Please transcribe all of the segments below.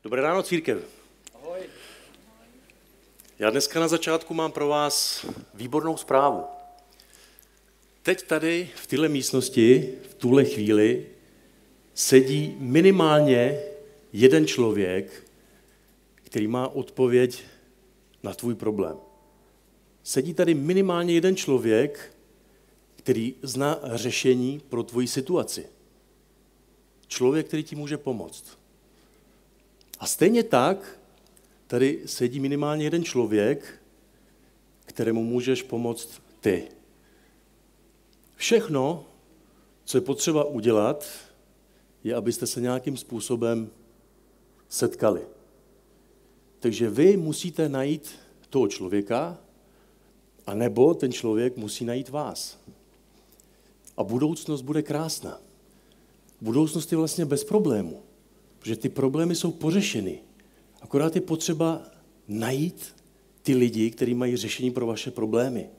Dobré ráno, církev. Ahoj. Já dneska na začátku mám pro vás výbornou zprávu. Teď tady v téhle místnosti, v tuhle chvíli, sedí minimálně jeden člověk, který má odpověď na tvůj problém. Sedí tady minimálně jeden člověk, který zná řešení pro tvoji situaci. Člověk, který ti může pomoct. A stejně tak tady sedí minimálně jeden člověk, kterému můžeš pomoct ty. Všechno, co je potřeba udělat, je, abyste se nějakým způsobem setkali. Takže vy musíte najít toho člověka, anebo ten člověk musí najít vás. A budoucnost bude krásná. Budoucnost je vlastně bez problémů, protože ty problémy jsou pořešeny. Akorát je potřeba najít ty lidi, kteří mají řešení pro vaše problémy.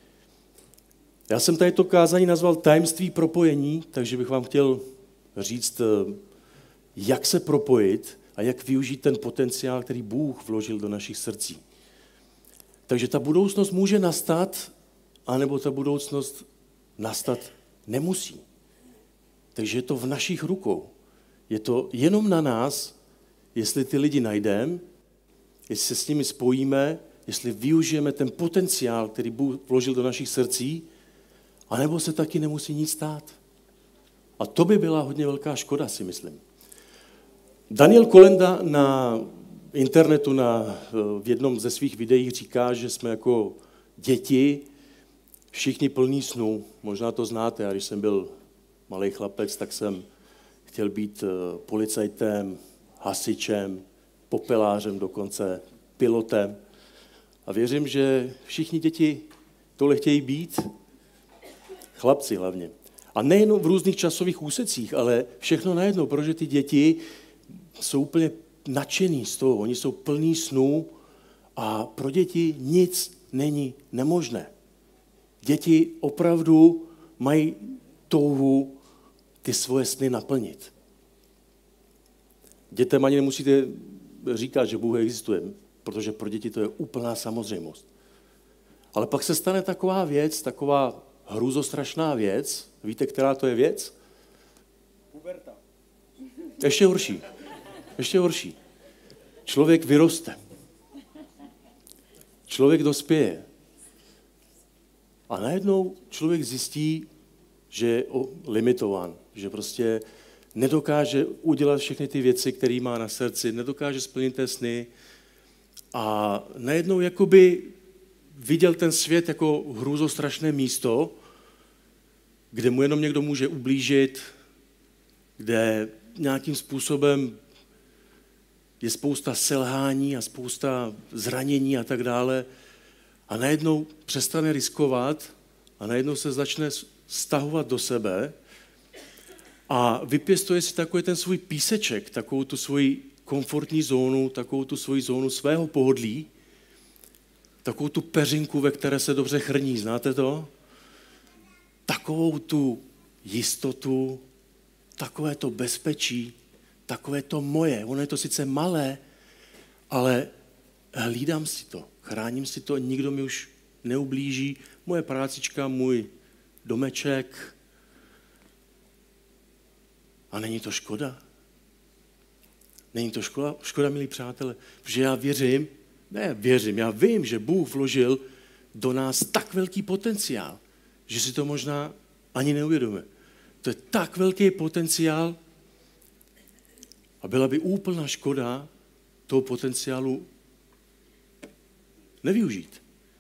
Já jsem tady to kázání nazval tajemství propojení, takže bych vám chtěl říct, jak se propojit a jak využít ten potenciál, který Bůh vložil do našich srdcí. Takže ta budoucnost může nastat, anebo ta budoucnost nastat nemusí. Takže je to v našich rukou. Je to jenom na nás, jestli ty lidi najdeme, jestli se s nimi spojíme, jestli využijeme ten potenciál, který Bůh vložil do našich srdcí, anebo se taky nemusí nic stát. A to by byla hodně velká škoda, si myslím. Daniel Kolenda na internetu v jednom ze svých videí říká, že jsme jako děti, všichni plní snů. Možná to znáte, a když jsem byl malý chlapec, tak jsem chtěl být policajtem, hasičem, popelářem dokonce, pilotem. A věřím, že všichni děti tohle chtějí být, chlapci hlavně. A nejenom v různých časových úsecích, ale všechno najednou, protože ty děti jsou úplně nadšený z toho. Oni jsou plní snů a pro děti nic není nemožné. Děti opravdu mají touhu ty svoje sny naplnit. Dětem ani nemusíte říkat, že Bůh existuje, protože pro děti to je úplná samozřejmost. Ale pak se stane taková věc, taková hrůzostrašná věc. Víte, která to je věc? Puberta. Ještě horší. Ještě horší. Člověk vyroste. Člověk dospěje. A najednou člověk zjistí, že je limitován, že prostě nedokáže udělat všechny ty věci, které má na srdci, nedokáže splnit té sny a najednou jakoby viděl ten svět jako hrůzostrašné místo, kde mu jenom někdo může ublížit, kde nějakým způsobem je spousta selhání a spousta zranění a tak dále a najednou přestane riskovat a najednou se začne stahovat do sebe a vypěstuje si takový ten svůj píseček, takovou tu svoji komfortní zónu, takovou tu svoji zónu svého pohodlí, takovou tu peřinku, ve které se dobře chrní, znáte to? Takovou tu jistotu, takové to bezpečí, takové to moje. Ono je to sice malé, ale hlídám si to, chráním si to, nikdo mi už neublíží, moje prácička, můj domeček. A není to škoda? Není to škoda, milí přátelé? Protože já vím, že Bůh vložil do nás tak velký potenciál, že si to možná ani neuvědomíme. To je tak velký potenciál a byla by úplná škoda toho potenciálu nevyužít.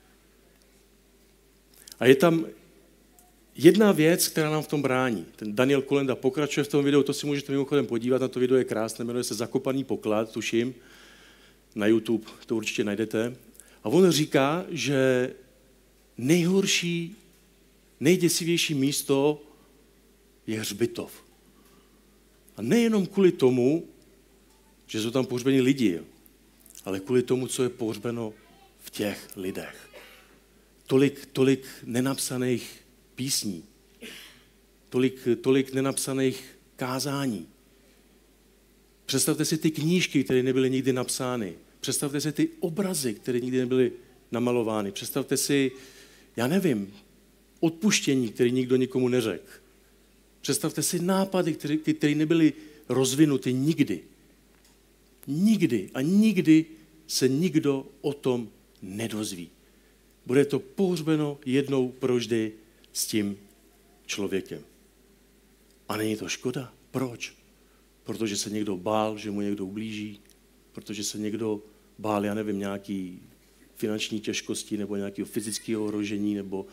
A je tam jedna věc, která nám v tom brání. Ten Daniel Kolenda pokračuje v tom videu, to si můžete mimochodem podívat, na to video je krásné, jmenuje se Zakopaný poklad, tuším, na YouTube to určitě najdete. A on říká, že nejhorší, nejděsivější místo je hřbitov. A nejenom kvůli tomu, že jsou tam pohřbeni lidi, ale kvůli tomu, co je pohřbeno v těch lidech. Tolik nenapsaných písní, tolik nenapsaných kázání. Představte si ty knížky, které nebyly nikdy napsány. Představte si ty obrazy, které nikdy nebyly namalovány. Představte si, já nevím, odpuštění, které nikdo nikomu neřekl. Představte si nápady, které nebyly rozvinuty nikdy. Nikdy a nikdy se nikdo o tom nedozví. Bude to pohřbeno jednou provždy s tím člověkem. A není to škoda? Proč? Protože se někdo bál, že mu někdo ublíží, protože se někdo bál, já nevím, nějaký finanční těžkosti nebo nějakého fyzického ohrožení, nebo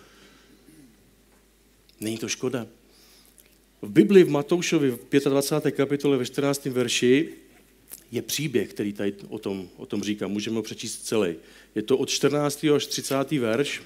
není to škoda? V Biblii v Matoušovi v 25. kapitole ve 14. verši je příběh, který tady o tom říká. Můžeme ho přečíst celý. Je to od 14. až 30. verš,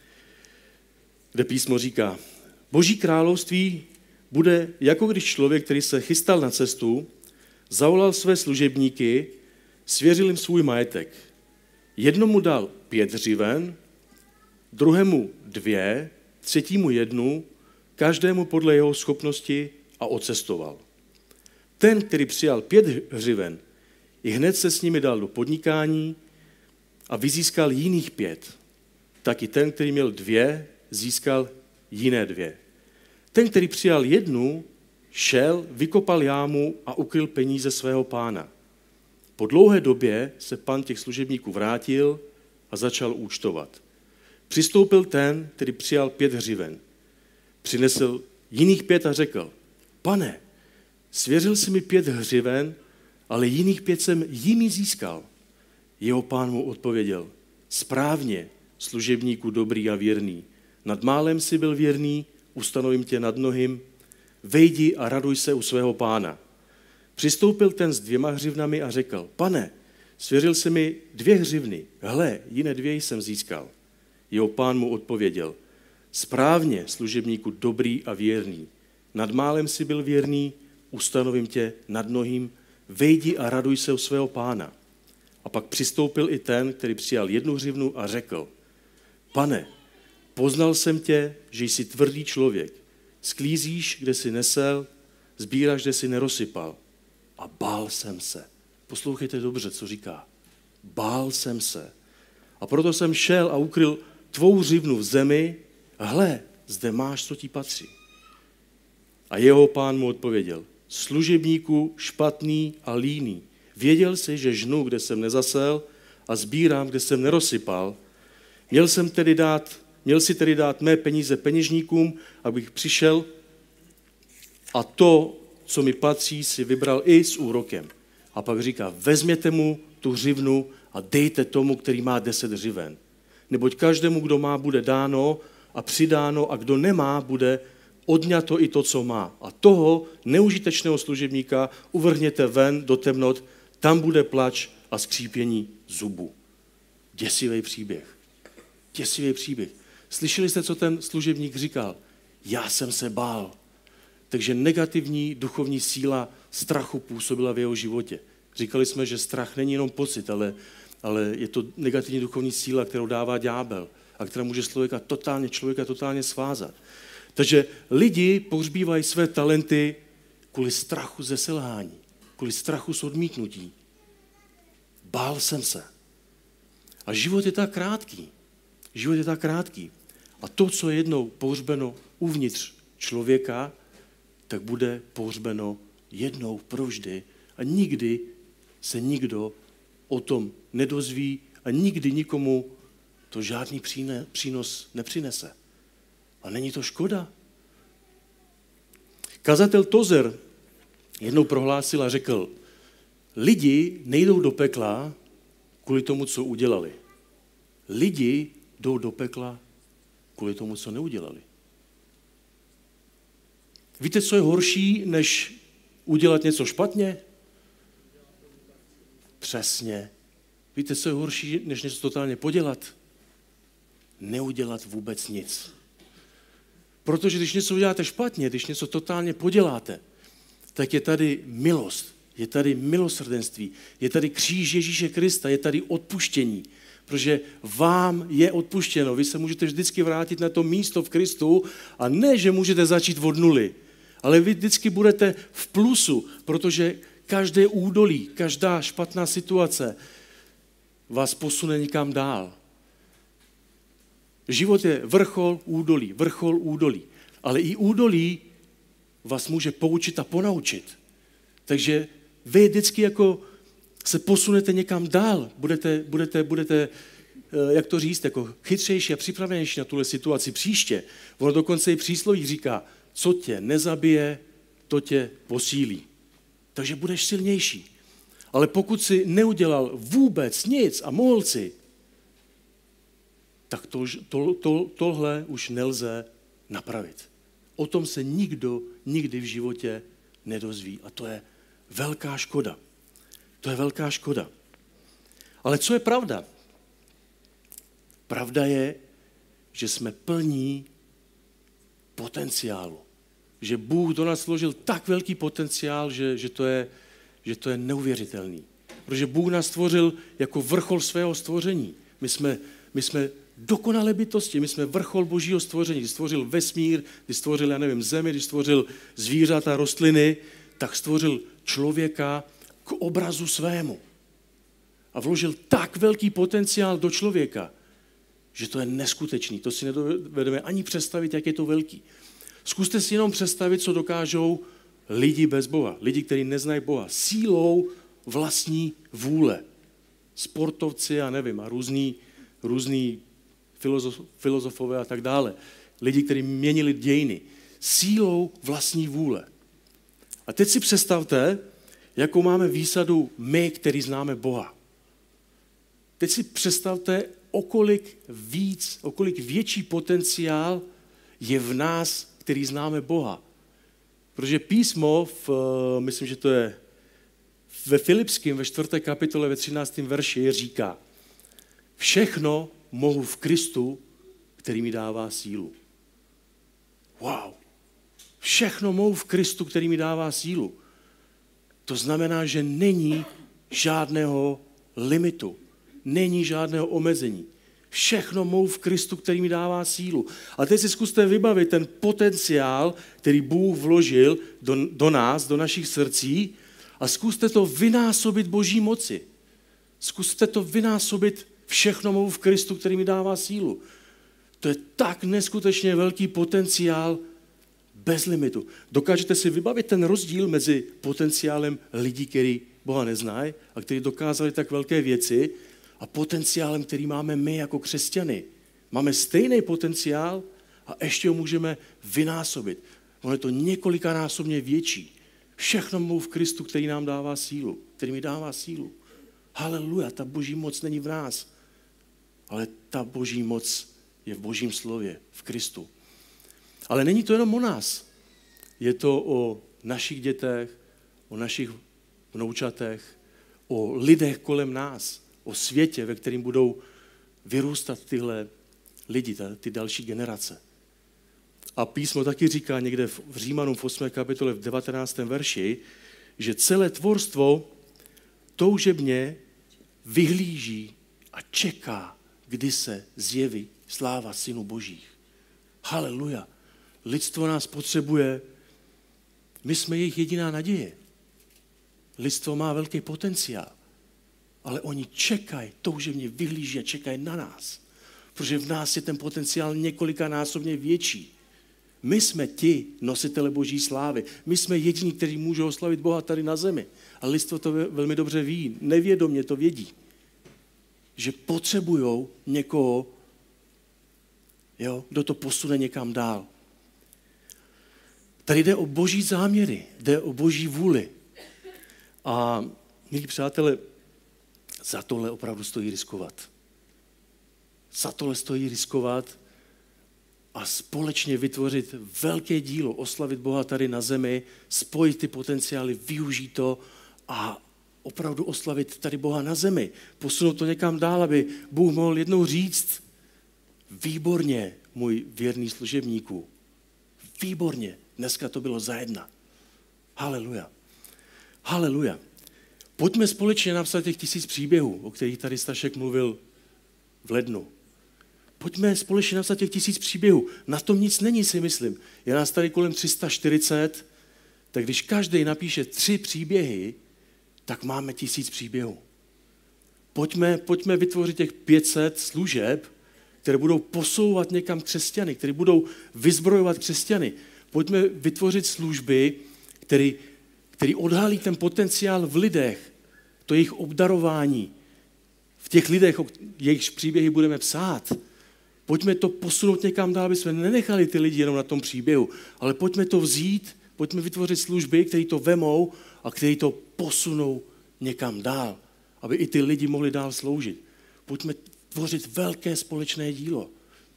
kde písmo říká: Boží království bude jako když člověk, který se chystal na cestu, zavolal své služebníky, svěřil jim svůj majetek. Jednomu dal 5 hřiven, druhému 2, třetímu 1, každému podle jeho schopnosti a odcestoval. Ten, který přijal 5 hřiven, i hned se s nimi dal do podnikání a vyzískal jiných 5. Tak i ten, který měl 2, získal jiné 2. Ten, který přijal 1, šel, vykopal jámu a ukryl peníze svého pána. Po dlouhé době se pan těch služebníků vrátil a začal účtovat. Přistoupil ten, který přijal 5 hřiven. Přinesl jiných 5 a řekl: Pane, svěřil jsi mi 5 hřiven, ale jiných 5 jsem jimi získal. Jeho pán mu odpověděl: Správně, služebníku dobrý a věrný. Nad málem jsi byl věrný, ustanovím tě nad mnohým. Vejdi a raduj se u svého pána. Přistoupil ten s 2 hřivnami a řekl: Pane, svěřil jsi mi 2 hřivny, hle, jiné 2 jsem získal. Jeho pán mu odpověděl: Správně, služebníku dobrý a věrný. Nad málem jsi byl věrný, ustanovím tě nad mnohým. Vejdi a raduj se u svého pána. A pak přistoupil i ten, který přijal 1 hřivnu a řekl: Pane, poznal jsem tě, že jsi tvrdý člověk. Sklízíš, kde jsi nesel, sbíráš, kde jsi nerozsypal. A bál jsem se. Poslouchejte dobře, co říká. Bál jsem se. A proto jsem šel a ukryl tvou hřivnu v zemi. Hle, zde máš, co ti patří. A jeho pán mu odpověděl: Služebníku špatný a líný. Věděl jsi, že žnu, kde jsem nezasel, a sbírám, kde jsem nerozsypal. Měl si tedy dát mé peníze peněžníkům, abych přišel a to, co mi patří, si vybral i s úrokem. A pak říká: vezměte mu tu hřivnu a dejte tomu, který má 10 hřiven. Neboť každému, kdo má, bude dáno a přidáno, a kdo nemá, bude odňato i to, co má. A toho neužitečného služebníka uvrhněte ven do temnot, tam bude plač a skřípění zubů. Děsivý příběh. Děsivý příběh. Slyšeli jste, co ten služebník říkal? Já jsem se bál. Takže negativní duchovní síla strachu působila v jeho životě. Říkali jsme, že strach není jenom pocit, ale je to negativní duchovní síla, kterou dává ďábel a která může člověka totálně svázat. Takže lidi pohřbívají své talenty kvůli strachu ze selhání, kvůli strachu z odmítnutí. Bál jsem se. A život je tak krátký. Život je tak krátký. A to, co je jednou pohřbeno uvnitř člověka, tak bude pohřbeno jednou provždy a nikdy se nikdo o tom nedozví a nikdy nikomu to žádný přínos nepřinese. A není to škoda? Kazatel Tozer jednou prohlásil a řekl: lidi nejdou do pekla kvůli tomu, co udělali. Lidi jdou do pekla kvůli tomu, co neudělali. Víte, co je horší, než udělat něco špatně? Přesně. Víte, co je horší, než něco totálně podělat? Neudělat vůbec nic. Protože když něco uděláte špatně, když něco totálně poděláte, tak je tady milost, je tady milosrdenství, je tady kříž Ježíše Krista, je tady odpuštění. Protože vám je odpuštěno. Vy se můžete vždycky vrátit na to místo v Kristu a ne, že můžete začít od nuly, ale vy vždycky budete v plusu, protože každé údolí, každá špatná situace vás posune někam dál. Život je vrchol, údolí. Ale i údolí vás může poučit a ponaučit. Takže vy vždycky jako se posunete někam dál, budete jak to říct, jako chytřejší a připravenější na tuhle situaci příště. Ono dokonce i přísloví říká, co tě nezabije, to tě posílí. Takže budeš silnější. Ale pokud si neudělal vůbec nic a mohl si, tak tohle už nelze napravit. O tom se nikdo nikdy v životě nedozví. A to je velká škoda. To je velká škoda. Ale co je pravda? Pravda je, že jsme plní potenciálu. Že Bůh do nás vložil tak velký potenciál, že to je neuvěřitelný. Protože Bůh nás stvořil jako vrchol svého stvoření. My jsme dokonalé bytosti, my jsme vrchol Božího stvoření. Když stvořil vesmír, když stvořil, zemi, když stvořil zvířata, rostliny, tak stvořil člověka k obrazu svému. A vložil tak velký potenciál do člověka, že to je neskutečný. To si nedovedeme ani představit, jak je to velký. Zkuste si jenom představit, co dokážou lidi bez Boha. Lidi, kteří neznají Boha. Sílou vlastní vůle. Sportovci a různý filozofové a tak dále. Lidi, kteří měnili dějiny. Sílou vlastní vůle. A teď si představte, jakou máme výsadu my, který známe Boha. Teď si představte, o kolik větší potenciál je v nás, který známe Boha. Protože písmo, myslím, že to je ve Filipském, ve 4. kapitole, ve 13. verši, říká, všechno mohu v Kristu, který mi dává sílu. Wow. Všechno mohu v Kristu, který mi dává sílu. To znamená, že není žádného limitu. Není žádného omezení. Všechno mohu v Kristu, který mi dává sílu. A teď si zkuste vybavit ten potenciál, který Bůh vložil do nás, do našich srdcí a zkuste to vynásobit Boží moci. Zkuste to vynásobit všechno mohu v Kristu, který mi dává sílu. To je tak neskutečně velký potenciál bez limitu. Dokážete si vybavit ten rozdíl mezi potenciálem lidí, kteří Boha neznají a kteří dokázali tak velké věci, a potenciálem, který máme my jako křesťany. Máme stejný potenciál a ještě ho můžeme vynásobit. Ono je to několikanásobně větší. Všechno mohu v Kristu, který nám dává sílu. Který mi dává sílu. Haleluja, ta Boží moc není v nás. Ale ta Boží moc je v Božím slově, v Kristu. Ale není to jenom o nás. Je to o našich dětech, o našich vnoučatech, o lidech kolem nás, o světě, ve kterém budou vyrůstat tyhle lidi, ty další generace. A písmo taky říká někde v Římanům v 8. kapitole v 19. verši, že celé tvorstvo toužebně vyhlíží a čeká, kdy se zjeví sláva Synů Božích. Haleluja. Lidstvo nás potřebuje. My jsme jejich jediná naděje. Lidstvo má velký potenciál. Ale oni čekají, toužebně vyhlíží a čekají na nás. Protože v nás je ten potenciál několikanásobně větší. My jsme ti nositele Boží slávy. My jsme jediní, kteří můžou oslavit Boha tady na zemi. A lidstvo to velmi dobře ví. Nevědomě to vědí. Že potřebují někoho, kdo to posune někam dál. Tady jde o Boží záměry, jde o Boží vůli. A milí přátelé, za tohle opravdu stojí riskovat. Za tohle stojí riskovat a společně vytvořit velké dílo, oslavit Boha tady na zemi, spojit ty potenciály, využít to a opravdu oslavit tady Boha na zemi. Posunout to někam dál, aby Bůh mohl jednou říct, výborně, můj věrný služebníku, výborně, dneska to bylo za jedna. Haleluja. Haleluja. Pojďme společně napsat těch 1000 příběhů, o kterých tady Stašek mluvil v lednu. Pojďme společně napsat těch 1000 příběhů. Na tom nic není, si myslím. Je nás tady kolem 340, tak když každý napíše 3 příběhy, tak máme 1000 příběhů. Pojďme vytvořit těch 500 služeb, které budou posouvat někam křesťany, které budou vyzbrojovat křesťany. Pojďme vytvořit služby, které odhalí ten potenciál v lidech, to jejich obdarování, v těch lidech, jejichž příběhy budeme psát. Pojďme to posunout někam dál, aby jsme nenechali ty lidi jenom na tom příběhu, ale pojďme to vzít, pojďme vytvořit služby, které to vemou a které to posunou někam dál, aby i ty lidi mohli dál sloužit. Pojďme tvořit velké společné dílo.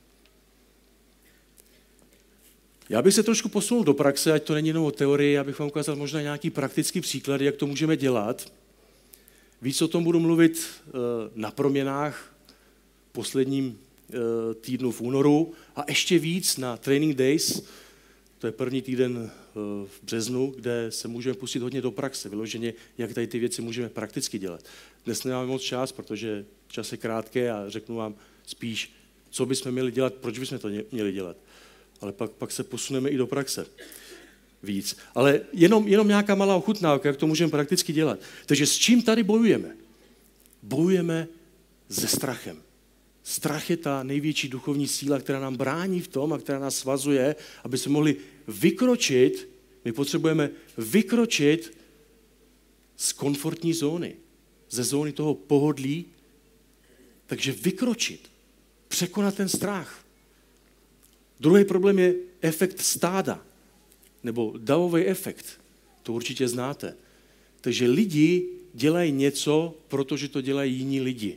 Já bych se trošku posunul do praxe, ať to není jenom o teorii, abych vám ukázal možná nějaký praktický příklad, jak to můžeme dělat. Víc o tom budu mluvit na proměnách posledním týdnu v únoru a ještě víc na Training Days, to je první týden v březnu, kde se můžeme pustit hodně do praxe, vyloženě, jak tady ty věci můžeme prakticky dělat. Dnes nemáme moc čas, protože čas je krátký a řeknu vám spíš, co bychom měli dělat, proč bychom to měli dělat. Ale pak se posuneme i do praxe víc. Ale jenom nějaká malá ochutnávka, jak to můžeme prakticky dělat. Takže s čím tady bojujeme? Bojujeme se strachem. Strach je ta největší duchovní síla, která nám brání v tom a která nás svazuje, aby jsme mohli vykročit, my potřebujeme vykročit z komfortní zóny, ze zóny toho pohodlí, takže vykročit, překonat ten strach. Druhý problém je efekt stáda, nebo davový efekt. To určitě znáte. Takže lidi dělají něco, protože to dělají jiní lidi.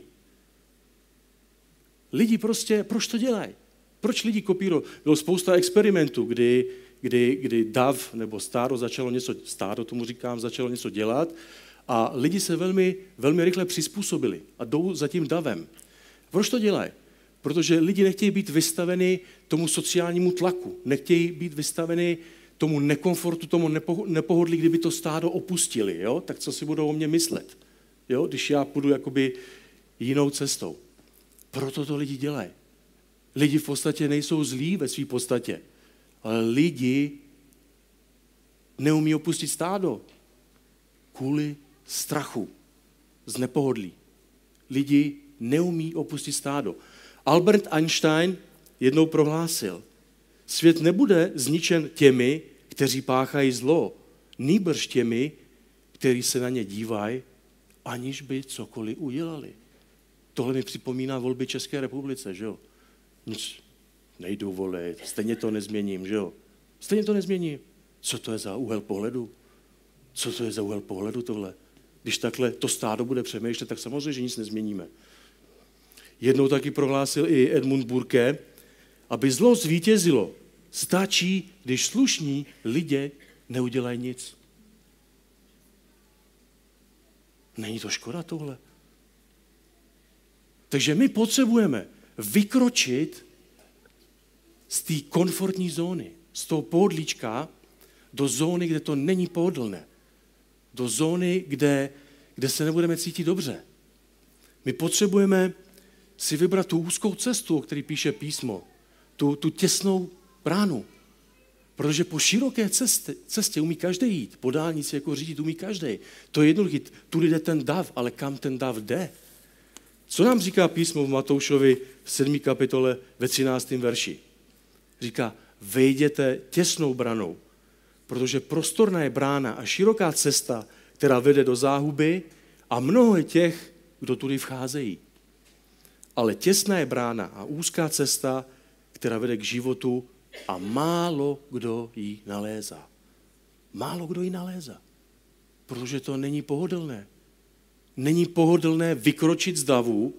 Lidi prostě, proč to dělají? Proč lidi kopírují? Bylo spousta experimentů, kdy dav nebo stádo tomu říkám, začalo něco dělat a lidi se velmi, velmi rychle přizpůsobili a jdou za tím davem. Proč to dělají? Protože lidi nechtějí být vystaveni tomu sociálnímu tlaku, nechtějí být vystaveni tomu nekomfortu, tomu nepohodlí, kdyby to stádo opustili, jo? Tak co si budou o mě myslet, jo? Když já půjdu jakoby jinou cestou. Proto to lidi dělají. Lidi v podstatě nejsou zlí ve své podstatě, ale lidi neumí opustit stádo kvůli strachu, z nepohodlí. Lidi neumí opustit stádo. Albert Einstein jednou prohlásil, svět nebude zničen těmi, kteří páchají zlo, nýbrž těmi, kteří se na ně dívají, aniž by cokoliv udělali. Tohle mi připomíná volby České republice, že jo? Nic, nejdu volit, stejně to nezměním, že jo? Stejně to nezměním. Co to je za úhel pohledu? Co to je za úhel pohledu tohle? Když takhle to stádo bude přemýšlet, tak samozřejmě, že nic nezměníme. Jednou taky prohlásil i Edmund Burke, aby zlo zvítězilo, stačí, když slušní lidé neudělají nic. Není to škoda tohle? Takže my potřebujeme vykročit z té komfortní zóny, z toho pohodlíčka do zóny, kde to není pohodlné. Do zóny, kde se nebudeme cítit dobře. My potřebujeme si vybrat tu úzkou cestu, o který píše písmo, tu těsnou bránu. Protože po široké cestě umí každý jít, po dálnici jako řídit umí každý. To je jednoduché, tudy jde ten dav, ale kam ten dav jde? Co nám říká písmo v Matoušovi v 7. kapitole ve 13. verši? Říká, vejděte těsnou branou, protože prostorná je brána a široká cesta, která vede do záhuby a mnoho je těch, kdo tudy vcházejí. Ale těsná je brána a úzká cesta, která vede k životu a málo kdo ji nalézá. Málo kdo ji nalézá, protože to není pohodlné. Není pohodlné vykročit z davu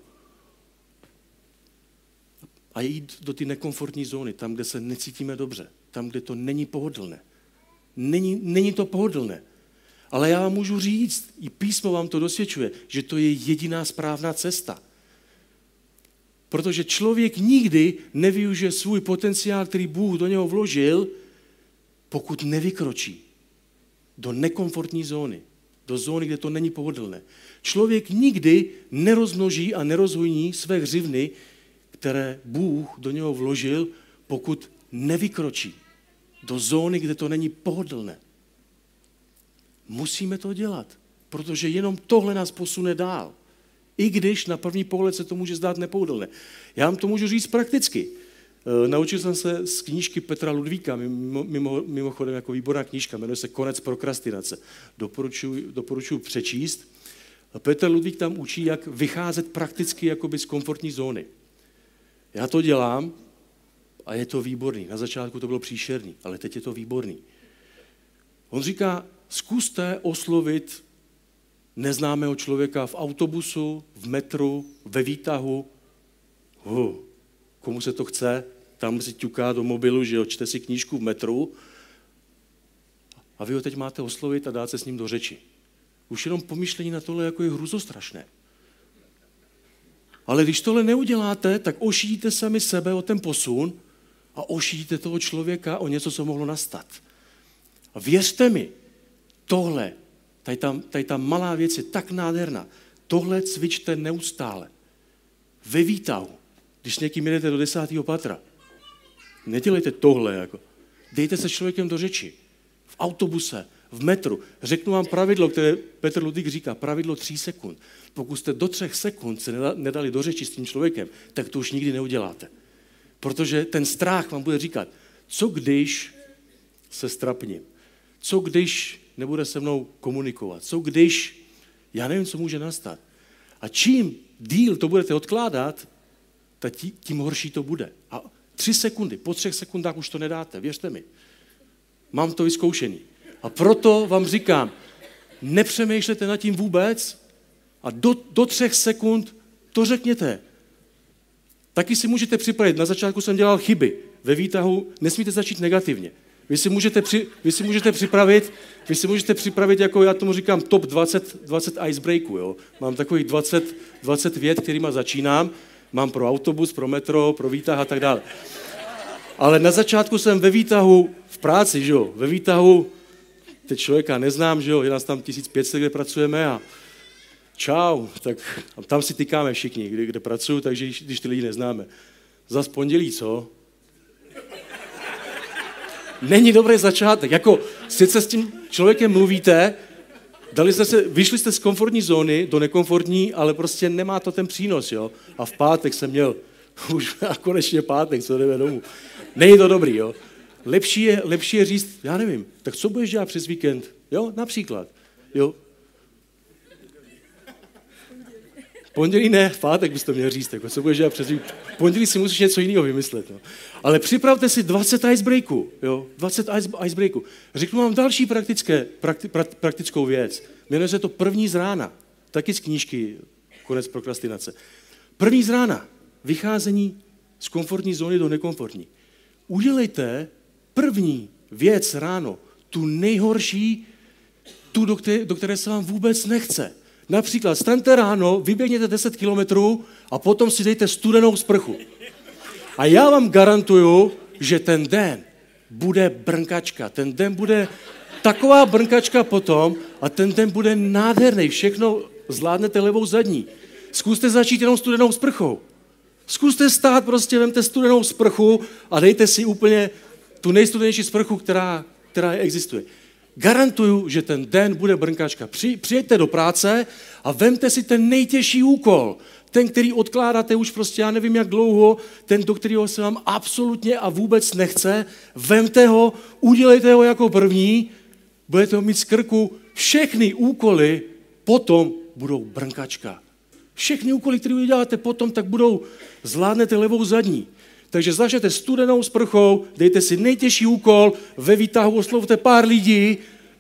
a jít do ty nekomfortní zóny, tam, kde se necítíme dobře, tam, kde to není pohodlné. Není to pohodlné. Ale já vám můžu říct, i písmo vám to dosvědčuje, že to je jediná správná cesta. Protože člověk nikdy nevyužije svůj potenciál, který Bůh do něho vložil, pokud nevykročí do nekomfortní zóny, do zóny, kde to není pohodlné. Člověk nikdy nerozmnoží a nerozhojní své hřivny, které Bůh do něho vložil, pokud nevykročí do zóny, kde to není pohodlné. Musíme to dělat, protože jenom tohle nás posune dál. I když na první pohled se to může zdát nepohodlné. Já vám to můžu říct prakticky. Naučil jsem se z knížky Petra Ludvíka, mimochodem jako výborná knížka, jmenuje se Konec prokrastinace. Doporučuji přečíst. Petr Ludvík tam učí, jak vycházet prakticky jakoby z komfortní zóny. Já to dělám a je to výborný. Na začátku to bylo příšerný, ale teď je to výborný. On říká, zkuste oslovit neznámého člověka v autobusu, v metru, ve výtahu. Komu se to chce? Tam si ťuká do mobilu, že jo, čte si knížku v metru a vy ho teď máte oslovit a dát se s ním do řeči. Už jenom pomyšlení na tohle jako je hruzostrašné. Ale když tohle neuděláte, tak ošidíte sami sebe o ten posun a ošidíte toho člověka o něco, co mohlo nastat. A věřte mi, tohle, tady ta malá věc je tak nádherná. Tohle cvičte neustále. Ve výtahu, když s někým jedete do 10. patra. Nedělejte tohle. Jako. Dejte se člověkem do řeči. V autobuse, v metru. Řeknu vám pravidlo, které Petr Ludvík říká, pravidlo 3 sekund. Pokud jste do 3 sekund se nedali do řeči s tím člověkem, tak to už nikdy neuděláte. Protože ten strach vám bude říkat, co když se strapním? Co když nebude se mnou komunikovat? Co když, já nevím, co může nastat. A čím díl to budete odkládat, tak tím horší to bude. A 3 sekundy, po 3 sekundách už to nedáte, věřte mi. Mám to vyzkoušený. A proto vám říkám, nepřemýšlete nad tím vůbec a do 3 sekund to řekněte. Taky si můžete připravit, na začátku jsem dělal chyby, ve výtahu nesmíte začít negativně. Vy si můžete připravit, jako já tomu říkám, top 20 icebreaků. Jo? Mám takových 20 vět, kterýma začínám. Mám pro autobus, pro metro, pro výtah a tak dále. Ale na začátku jsem ve výtahu v práci, že jo? Ve výtahu, teď člověka neznám, že jo? Je nás tam 1500, kde pracujeme a čau, tak tam si tykáme všichni, kde pracuju, takže když ty lidi neznáme. Zas pondělí, co? Není dobrý začátek. Jako sice s tím člověkem mluvíte, vyšli jste z komfortní zóny do nekomfortní, ale prostě nemá to ten přínos, jo. A v pátek jsem měl, už konečně pátek, co jdeme domů. Není to dobrý, jo. Lepší je říct, já nevím, tak co budeš dělat přes víkend? Jo, například. Jo. Pondělí ne, v pátek bys to měl říct, jako, co budeš dělat přes víkend. Pondělí si musíš něco jiného vymyslet. Jo. Ale připravte si 20 icebreaků, jo, 20 icebreaků. Řeknu vám další praktickou věc. Jmenuje se to první z rána, taky z knížky Konec prokrastinace. První z rána, vycházení z komfortní zóny do nekomfortní. Udělejte první věc ráno, tu nejhorší, tu, do které se vám vůbec nechce. Například staňte ráno, vyběhněte 10 kilometrů a potom si dejte studenou sprchu. A já vám garantuju, že ten den bude brnkačka. Ten den bude taková brnkačka potom a ten den bude nádherný. Všechno zvládnete levou zadní. Zkuste začít jenom studenou sprchou. Zkuste stát, prostě vemte studenou sprchu a dejte si úplně tu nejstudenější sprchu, která existuje. Garantuju, že ten den bude brnkačka. Přijeďte do práce a vemte si ten nejtěžší úkol. Ten, který odkládáte už prostě já nevím jak dlouho, ten, do kterého se vám absolutně a vůbec nechce, vemte ho, udělejte ho jako první, budete ho mít z krku. Všechny úkoly potom budou brnkačka. Všechny úkoly, které uděláte potom, tak zvládnete levou zadní. Takže začnete studenou sprchou, dejte si nejtěžší úkol, ve výtahu oslovte pár lidí.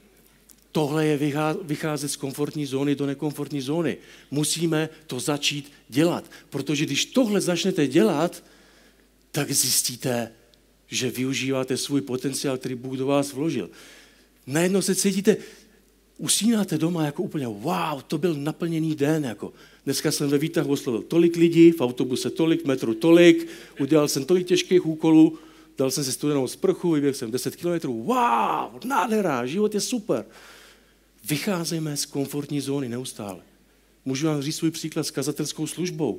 Tohle je vycházet z komfortní zóny do nekomfortní zóny. Musíme to začít dělat, protože když tohle začnete dělat, tak zjistíte, že využíváte svůj potenciál, který Bůh do vás vložil. Najednou se cítíte, usínáte doma jako úplně wow, to byl naplněný den. Jako. Dneska jsem ve výtahu oslovil tolik lidí, v autobuse tolik, v metru tolik, udělal jsem tolik těžkých úkolů, dal jsem si studenou sprchu, vyběhl jsem 10 kilometrů, wow, nádhera, život je super. Vycházejme z komfortní zóny neustále. Můžu vám říct svůj příklad s kazatelskou službou.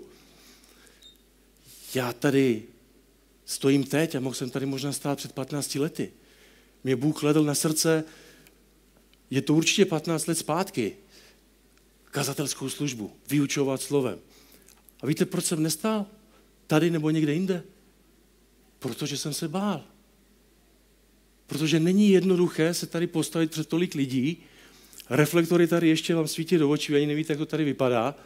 Já tady stojím teď a mohl jsem tady možná stát před 15 lety. Mě Bůh kladl na srdce, je to určitě 15 let zpátky, kazatelskou službu, vyučovat slovem. A víte, proč jsem nestál? Tady nebo někde jinde? Protože jsem se bál. Protože není jednoduché se tady postavit před tolik lidí, reflektory tady ještě vám svítí do očí, ani nevíte, jak to tady vypadá.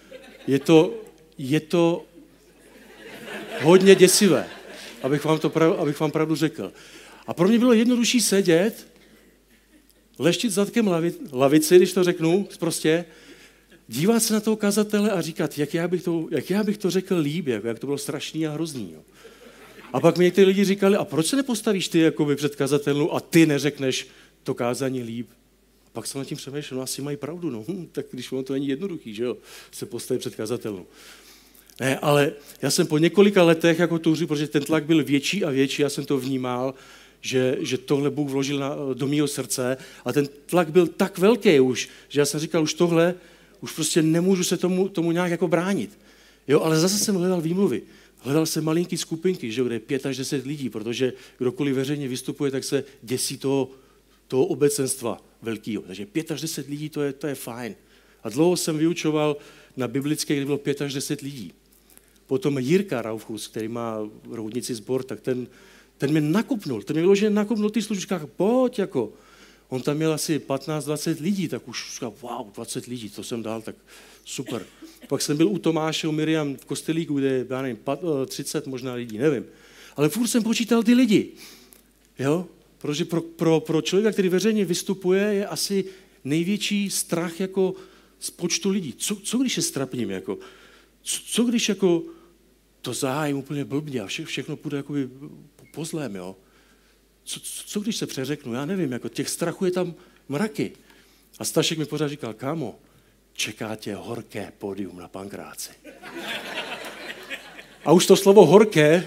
Je to hodně děsivé, abych vám pravdu řekl. A pro mě bylo jednodušší sedět, leštit zadkem lavici, když to řeknu, prostě, dívat se na toho kazatele a říkat, jak já bych to řekl líp, jak to bylo strašný a hrozný. Jo. A pak mi někteří lidi říkali, a proč se nepostavíš ty jakoby před kazatelnou a ty neřekneš to kázání líp? A pak jsem nad tím přemýšlel, no asi mají pravdu, no, tak když ono to není jednoduchý, že jo, se postavit před kazatelnou. Ne, ale já jsem po několika letech jako touřil, protože ten tlak byl větší a větší, já jsem to vnímal, že tohle Bůh vložil do mého srdce a ten tlak byl tak velký už, že já jsem říkal, už prostě nemůžu se tomu nějak jako bránit. Jo, ale zase jsem hledal výmluvy. Hledal jsem malinký skupinky, že, kde je 5 až 10 lidí, protože kdokoliv veřejně vystupuje, tak se děsí toho obecenstva velkého. Takže 5 až 10 lidí, to je fajn. A dlouho jsem vyučoval na biblické, kde bylo 5 až 10 lidí. Potom Jirka Rauchus, který má roudnici sbor, tak ten mě vyloženě nakopnul ty služby, říkal, pojď jako. On tam měl asi 15-20 lidí, tak už říkal, wow, 20 lidí, to jsem dal, tak super. Pak jsem byl u Tomáše, u Miriam v kostelíku, kde, já nevím, 30 možná lidí, nevím. Ale furt jsem počítal ty lidi, jo? Protože pro člověka, který veřejně vystupuje, je asi největší strach jako z počtu lidí. Co když je strapním, jako? Co když jako to zahájím úplně blbně a všechno půjde jakoby po zlém, jo? Co když se přeřeknu? Já nevím, jako těch strachů je tam mraky. A Stašek mi pořád říkal, kámo, čeká tě horké pódium na Pankráci. A už to slovo horké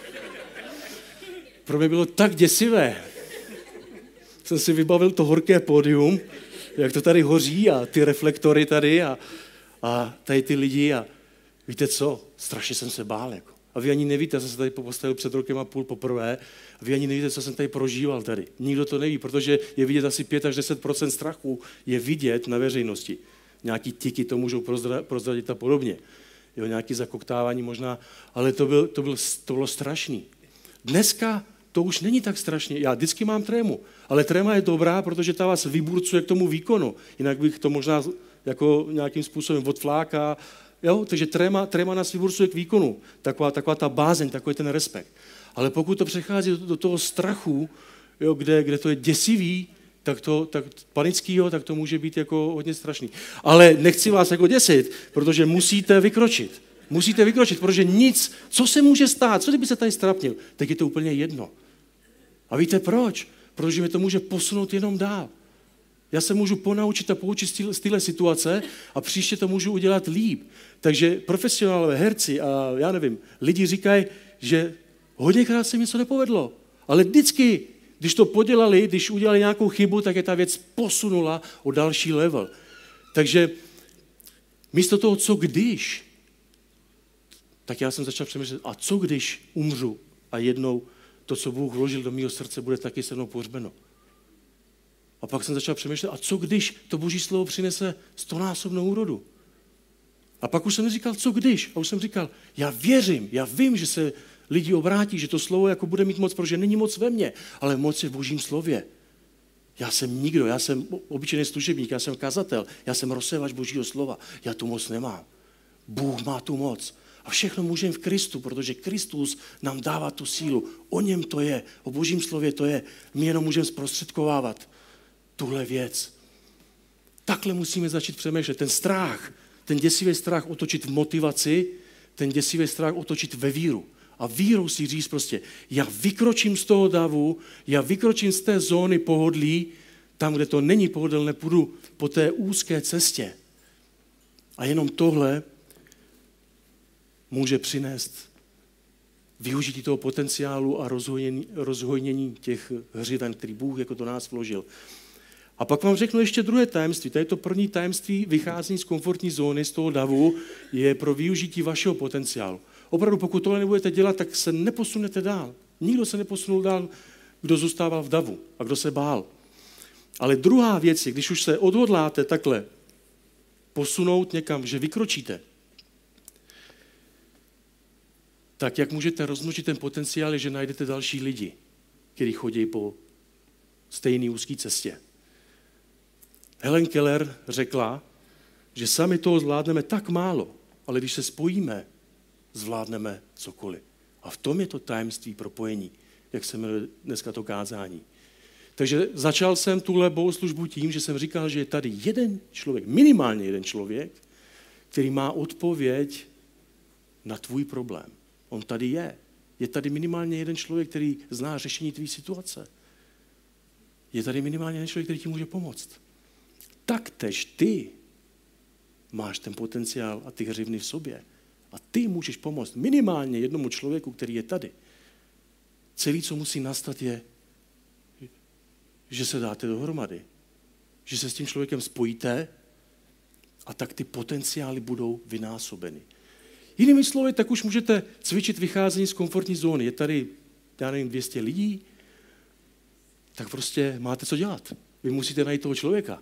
pro mě bylo tak děsivé. Jsem si vybavil to horké pódium, jak to tady hoří a ty reflektory tady a tady ty lidi a víte co, strašně jsem se bál. Jako. A vy ani nevíte, já jsem se tady postavil před 1,5 rokem poprvé, a vy ani nevíte, co jsem tady prožíval tady. Nikdo to neví, protože je vidět asi 5 až 10% strachu, je vidět na veřejnosti. Nějaký tiky to můžou prozradit a podobně. Jo, nějaký zakoktávání možná, ale to bylo strašný. Dneska to už není tak strašně. Já vždycky mám trému, ale tréma je dobrá, protože ta vás vyburcuje k tomu výkonu. Jinak bych to možná jako nějakým způsobem odfláká. Jo? Takže tréma nás vyburcuje k výkonu. Taková ta bázeň, takový ten respekt. Ale pokud to přechází do toho strachu, jo, kde to je děsivý, tak panickýho, tak to může být jako hodně strašný. Ale nechci vás jako děsit, protože musíte vykročit. Musíte vykročit, protože nic, co se může stát, co kdyby se tady strapnil, tak je to úplně jedno. A víte proč? Protože mě to může posunout jenom dál. Já se můžu ponaučit a poučit z téhle situace a příště to můžu udělat líp. Takže profesionálové, herci a já nevím, lidi říkají, že hodněkrát se mi něco nepovedlo. Ale vždycky, když to podělali, když udělali nějakou chybu, tak je ta věc posunula o další level. Takže místo toho, co když, tak já jsem začal přemýšlet, a co když umřu a jednou to, co Bůh vložil do mého srdce, bude taky se mnou pohřbeno. A pak jsem začal přemýšlet, a co když to Boží slovo přinese 100násobnou úrodu. A pak už jsem říkal, co když? A už jsem říkal, já věřím, já vím, že se lidi obrátí, že to slovo jako bude mít moc, protože není moc ve mně, ale moc je v Božím slově. Já jsem nikdo, já jsem obyčejný služebník, já jsem kazatel, já jsem rozsévač Božího slova, já tu moc nemám. Bůh má tu moc. A všechno můžeme v Kristu, protože Kristus nám dává tu sílu. O něm to je, o Božím slově to je. My jenom můžeme zprostředkovávat tuhle věc. Takhle musíme začít přemýšlet. Ten strach, ten děsivý strach otočit v motivaci, ten děsivý strach otočit ve víru. A vírou si říct prostě, já vykročím z toho davu, já vykročím z té zóny pohodlí, tam, kde to není pohodlné, půjdu po té úzké cestě. A jenom tohle může přinést využití toho potenciálu a rozhojnění těch hřiven, který Bůh jako do nás vložil. A pak vám řeknu ještě druhé tajemství. Tady to první tajemství vycházení z komfortní zóny, z toho davu, je pro využití vašeho potenciálu. Opravdu, pokud tohle nebudete dělat, tak se neposunete dál. Nikdo se neposunul dál, kdo zůstával v davu a kdo se bál. Ale druhá věc je, když už se odhodláte takhle posunout někam, že vykročíte, tak jak můžete rozmnožit ten potenciál, je, že najdete další lidi, kteří chodí po stejné úzké cestě. Helen Keller řekla, že sami toho zvládneme tak málo, ale když se spojíme, zvládneme cokoliv. A v tom je to tajemství propojení, jak se jmenuje dneska to kázání. Takže začal jsem tuhle bohoslužbu tím, že jsem říkal, že je tady jeden člověk, minimálně jeden člověk, který má odpověď na tvůj problém. On tady je. Je tady minimálně jeden člověk, který zná řešení tvý situace. Je tady minimálně jeden člověk, který ti může pomoct. Taktéž ty máš ten potenciál a ty hřivny v sobě. A ty můžeš pomoct minimálně jednomu člověku, který je tady. Celý, co musí nastat, je, že se dáte dohromady. Že se s tím člověkem spojíte a tak ty potenciály budou vynásobeny. Jinými slovy, tak už můžete cvičit vycházení z komfortní zóny. Je tady, já nevím, 200 lidí, tak prostě máte co dělat. Vy musíte najít toho člověka.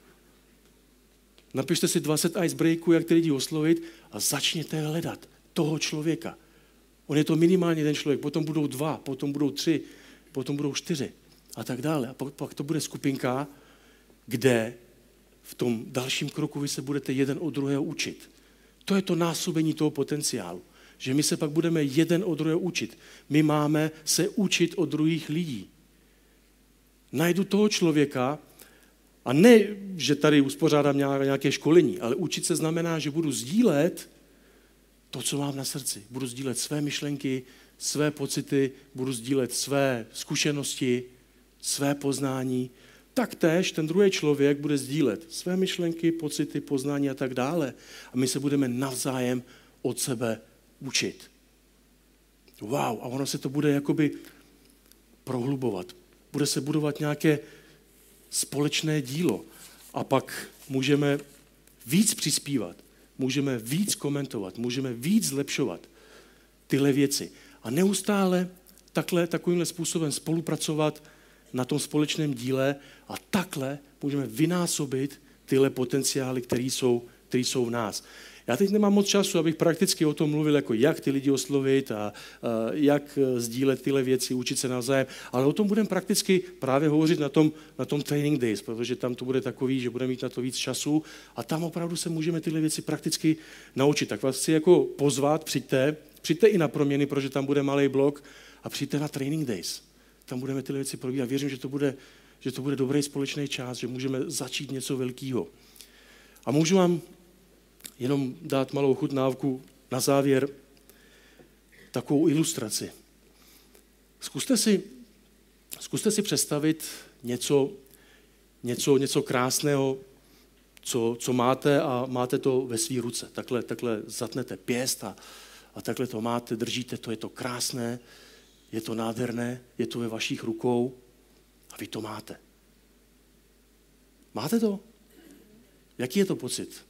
Napište si 20 icebreaků, jak ty lidi oslovit a začněte hledat toho člověka. On je to minimálně jeden člověk, potom budou 2, potom budou 3, potom budou 4 a tak dále. A pak to bude skupinka, kde v tom dalším kroku vy se budete jeden od druhého učit. To je to násobení toho potenciálu, že my se pak budeme jeden od druhého učit. My máme se učit od druhých lidí. Najdu toho člověka a ne, že tady uspořádám nějaké školení, ale učit se znamená, že budu sdílet to, co mám na srdci. Budu sdílet své myšlenky, své pocity, budu sdílet své zkušenosti, své poznání. Taktéž ten druhý člověk bude sdílet své myšlenky, pocity, poznání a tak dále. A my se budeme navzájem od sebe učit. Wow, a ono se to bude jakoby prohlubovat. Bude se budovat nějaké společné dílo. A pak můžeme víc přispívat, můžeme víc komentovat, můžeme víc zlepšovat tyhle věci. A neustále takovýmhle způsobem spolupracovat na tom společném díle a takhle můžeme vynásobit tyhle potenciály, které jsou v nás. Já teď nemám moc času, abych prakticky o tom mluvil, jako jak ty lidi oslovit a jak sdílet tyhle věci, učit se navzájem, ale o tom budeme prakticky právě hovořit na tom training days, protože tam to bude takový, že budeme mít na to víc času a tam opravdu se můžeme tyhle věci prakticky naučit. Tak vás chci jako pozvat, přijďte i na proměny, protože tam bude malý blok a přijďte na training days. Tam budeme tyhle věci probíhat. Věřím, že to bude dobrý společný čas, že můžeme začít něco velkého. A můžu vám jenom dát malou chutnávku na závěr, takovou ilustraci. Zkuste si představit něco krásného, co máte a máte to ve své ruce. Takhle zatnete pěst a takhle to máte, držíte to, je to krásné, je to nádherné, je to ve vašich rukou a vy to máte. Máte to? Jaký je to pocit?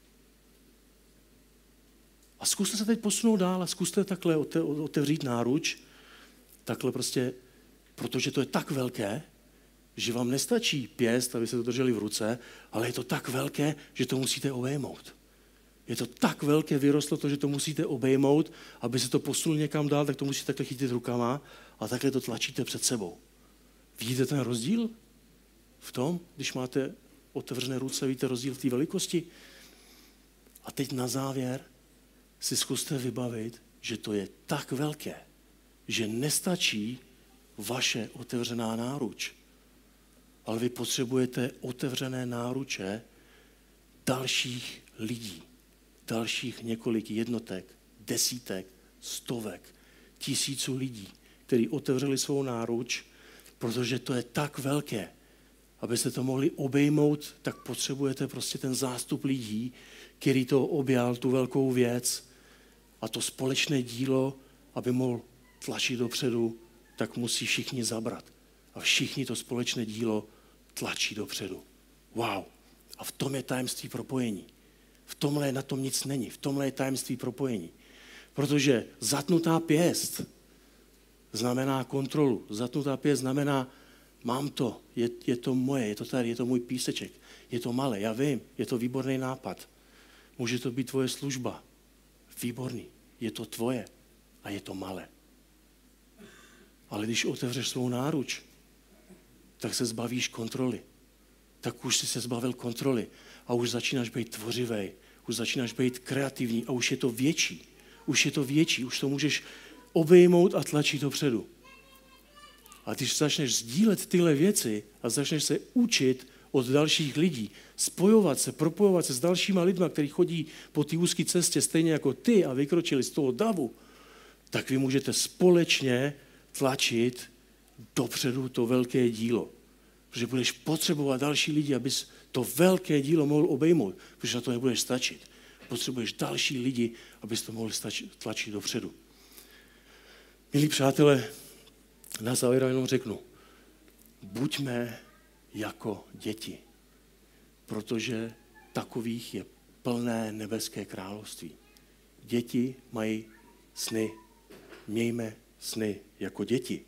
A zkuste se teď posunout dál a zkuste takhle otevřít náruč, takhle prostě, protože to je tak velké, že vám nestačí pěst, aby se to drželi v ruce, ale je to tak velké, že to musíte obejmout. Je to tak velké, vyrostlo to, že to musíte obejmout, aby se to posunul někam dál, tak to musíte takhle chytit rukama a takhle to tlačíte před sebou. Vidíte ten rozdíl v tom, když máte otevřené ruce, vidíte rozdíl v té velikosti? A teď na závěr si zkuste vybavit, že to je tak velké, že nestačí vaše otevřená náruč, ale vy potřebujete otevřené náruče dalších lidí, dalších několik jednotek, desítek, stovek, tisíců lidí, kteří otevřeli svou náruč, protože to je tak velké. Abyste to mohli obejmout, tak potřebujete prostě ten zástup lidí, který to objal, tu velkou věc a to společné dílo, aby mohl tlačit dopředu, tak musí všichni zabrat. A všichni to společné dílo tlačí dopředu. Wow. A v tom je tajemství propojení. V tomhle na tom nic není. V tomhle je tajemství propojení. Protože zatnutá pěst znamená kontrolu. Zatnutá pěst znamená, mám to, je to moje, je to tady, je to můj píseček, je to malé, já vím, je to výborný nápad. Může to být tvoje služba. Výborný. Je to tvoje a je to malé. Ale když otevřeš svou náruč, tak se zbavíš kontroly. Tak už jsi se zbavil kontroly a už začínáš být tvořivý, už začínáš být kreativní a už je to větší. Už to můžeš obejmout a tlačit dopředu. A když začneš sdílet tyhle věci a začneš se učit od dalších lidí, spojovat se, propojovat se s dalšíma lidma, kteří chodí po té úzké cestě stejně jako ty a vykročili z toho davu, tak vy můžete společně tlačit dopředu to velké dílo. Protože budeš potřebovat další lidi, abys to velké dílo mohl obejmout, protože na to nebudeš stačit. Potřebuješ další lidi, abys to mohl tlačit dopředu. Milí přátelé, na závěr jenom řeknu, buďme jako děti, protože takových je plné nebeské království. Děti mají sny. Mějme sny jako děti.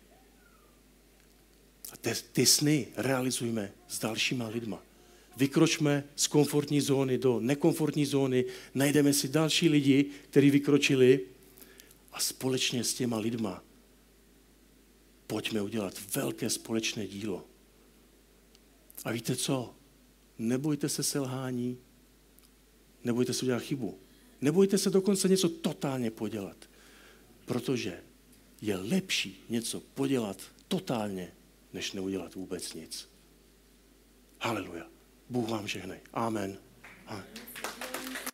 A ty sny realizujme s dalšíma lidma. Vykročme z komfortní zóny do nekomfortní zóny, najdeme si další lidi, kteří vykročili a společně s těma lidma pojďme udělat velké společné dílo. A víte co? Nebojte se selhání, nebojte se udělat chybu. Nebojte se dokonce něco totálně podělat, protože je lepší něco podělat totálně, než neudělat vůbec nic. Haleluja. Bůh vám žehnej. Amen. Amen.